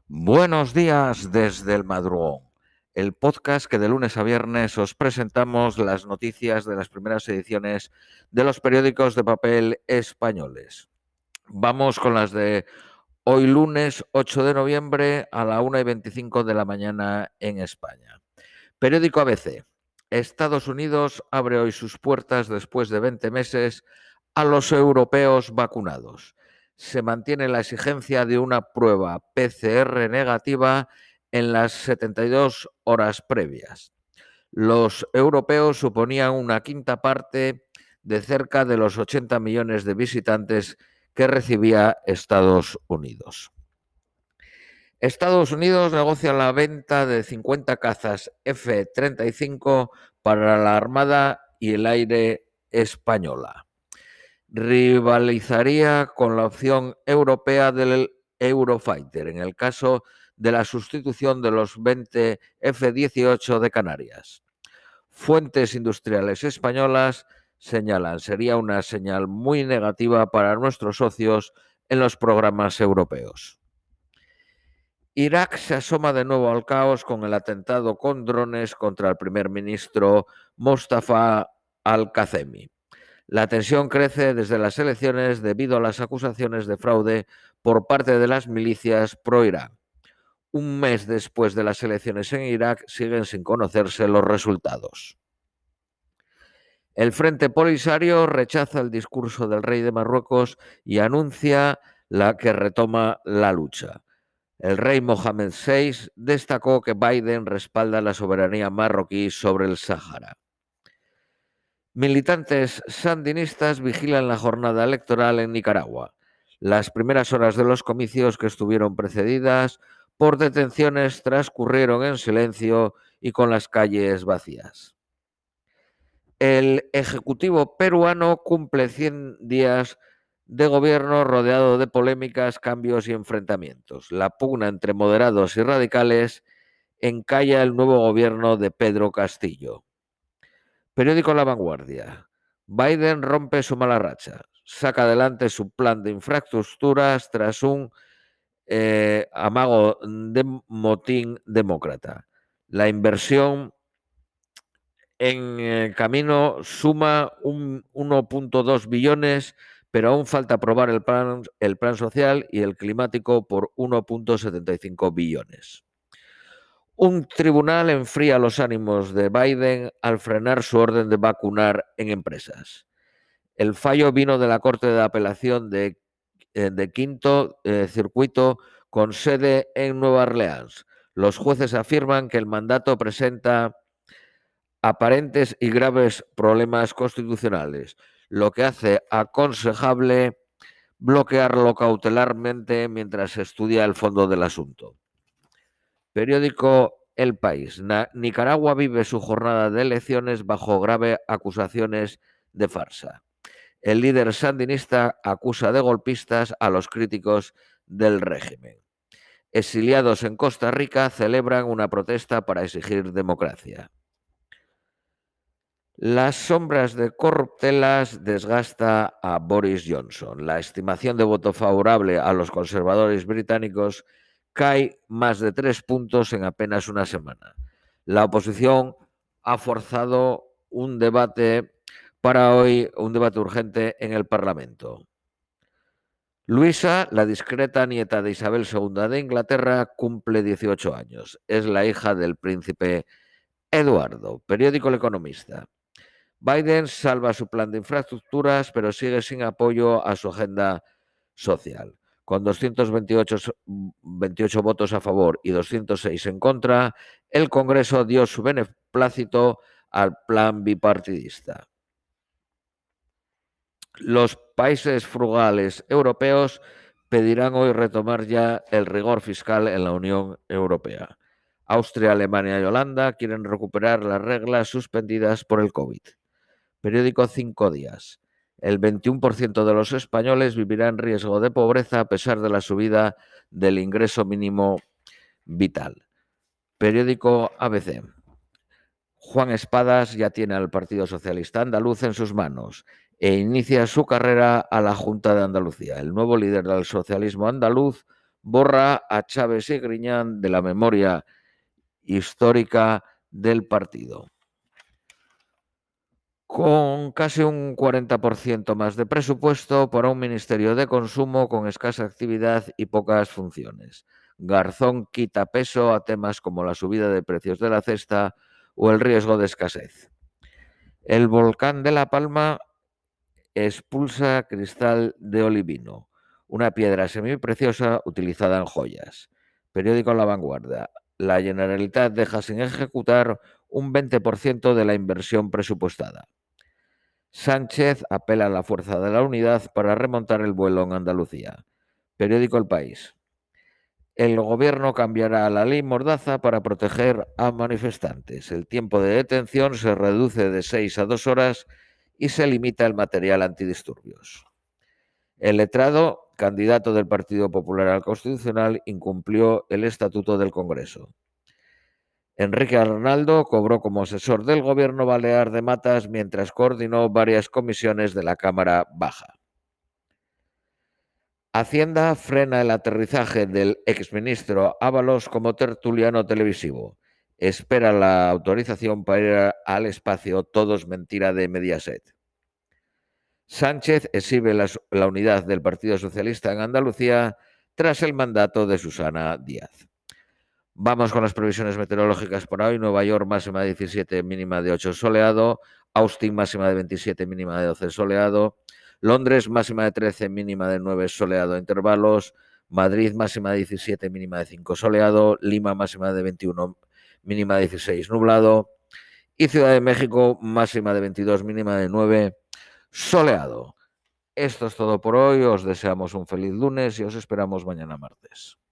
Buenos días desde el madrugón, el podcast que de lunes a viernes os presentamos las noticias de las primeras ediciones de los periódicos de papel españoles. Vamos con las de hoy lunes 8 de noviembre a la 1:25 de la mañana en España. Periódico ABC. Estados Unidos abre hoy sus puertas después de 20 meses a los europeos vacunados. Se mantiene la exigencia de una prueba PCR negativa en las 72 horas previas. Los europeos suponían una quinta parte de cerca de los 80 millones de visitantes que recibía Estados Unidos. Estados Unidos negocia la venta de 50 cazas F-35 para la Armada y el Aire española. Rivalizaría con la opción europea del Eurofighter en el caso de la sustitución de los 20 F-18 de Canarias. Fuentes industriales españolas señalan, sería una señal muy negativa para nuestros socios en los programas europeos. Irak se asoma de nuevo al caos con el atentado con drones contra el primer ministro Mostafa al-Kazemi. La tensión crece desde las elecciones debido a las acusaciones de fraude por parte de las milicias pro-Irán. Un mes después de las elecciones en Irak siguen sin conocerse los resultados. El Frente Polisario rechaza el discurso del rey de Marruecos y anuncia que retoma la lucha. El rey Mohammed VI destacó que Biden respalda la soberanía marroquí sobre el Sáhara. Militantes sandinistas vigilan la jornada electoral en Nicaragua. Las primeras horas de los comicios, que estuvieron precedidas por detenciones, transcurrieron en silencio y con las calles vacías. El Ejecutivo peruano cumple 100 días de gobierno rodeado de polémicas, cambios y enfrentamientos. La pugna entre moderados y radicales encalla el nuevo gobierno de Pedro Castillo. Periódico La Vanguardia. Biden rompe su mala racha. Saca adelante su plan de infraestructuras tras un amago de motín demócrata. La inversión en camino suma 1,2 billones, pero aún falta aprobar el plan social y el climático por 1,75 billones. Un tribunal enfría los ánimos de Biden al frenar su orden de vacunar en empresas. El fallo vino de la Corte de Apelación de Quinto Circuito con sede en Nueva Orleans. Los jueces afirman que el mandato presenta aparentes y graves problemas constitucionales, lo que hace aconsejable bloquearlo cautelarmente mientras se estudia el fondo del asunto. Periódico El País. Nicaragua vive su jornada de elecciones bajo graves acusaciones de farsa. El líder sandinista acusa de golpistas a los críticos del régimen. Exiliados en Costa Rica celebran una protesta para exigir democracia. Las sombras de corruptelas desgasta a Boris Johnson. La estimación de voto favorable a los conservadores británicos cae más de 3 puntos en apenas una semana. La oposición ha forzado un debate para hoy, un debate urgente en el Parlamento. Luisa, la discreta nieta de Isabel II de Inglaterra, cumple 18 años. Es la hija del príncipe Eduardo. Periódico El Economista. Biden salva su plan de infraestructuras, pero sigue sin apoyo a su agenda social. Con 228 votos a favor y 206 en contra, el Congreso dio su beneplácito al plan bipartidista. Los países frugales europeos pedirán hoy retomar ya el rigor fiscal en la Unión Europea. Austria, Alemania y Holanda quieren recuperar las reglas suspendidas por el COVID. Periódico 5 días. El 21% de los españoles vivirá en riesgo de pobreza a pesar de la subida del ingreso mínimo vital. Periódico ABC. Juan Espadas ya tiene al Partido Socialista Andaluz en sus manos e inicia su carrera a la Junta de Andalucía. El nuevo líder del socialismo andaluz borra a Chávez y Griñán de la memoria histórica del partido. Con casi un 40% más de presupuesto para un ministerio de consumo con escasa actividad y pocas funciones. Garzón quita peso a temas como la subida de precios de la cesta o el riesgo de escasez. El volcán de La Palma expulsa cristal de olivino, una piedra semipreciosa utilizada en joyas. Periódico La Vanguardia. La Generalitat deja sin ejecutar un 20% de la inversión presupuestada. Sánchez apela a la fuerza de la unidad para remontar el vuelo en Andalucía. Periódico El País. El gobierno cambiará la ley Mordaza para proteger a manifestantes. El tiempo de detención se reduce de 6 a 2 horas y se limita el material antidisturbios. El letrado, candidato del Partido Popular al Constitucional, incumplió el Estatuto del Congreso. Enrique Arnaldo cobró como asesor del gobierno balear de Matas mientras coordinó varias comisiones de la Cámara Baja. Hacienda frena el aterrizaje del exministro Ábalos como tertuliano televisivo. Espera la autorización para ir al espacio. Todo es mentira de Mediaset. Sánchez exhibe la unidad del Partido Socialista en Andalucía tras el mandato de Susana Díaz. Vamos con las previsiones meteorológicas para hoy. Nueva York, máxima de 17, mínima de 8, soleado. Austin, máxima de 27, mínima de 12, soleado. Londres, máxima de 13, mínima de 9, soleado a intervalos. Madrid, máxima de 17, mínima de 5, soleado. Lima, máxima de 21, mínima de 16, nublado. Y Ciudad de México, máxima de 22, mínima de 9, soleado. Esto es todo por hoy. Os deseamos un feliz lunes y os esperamos mañana martes.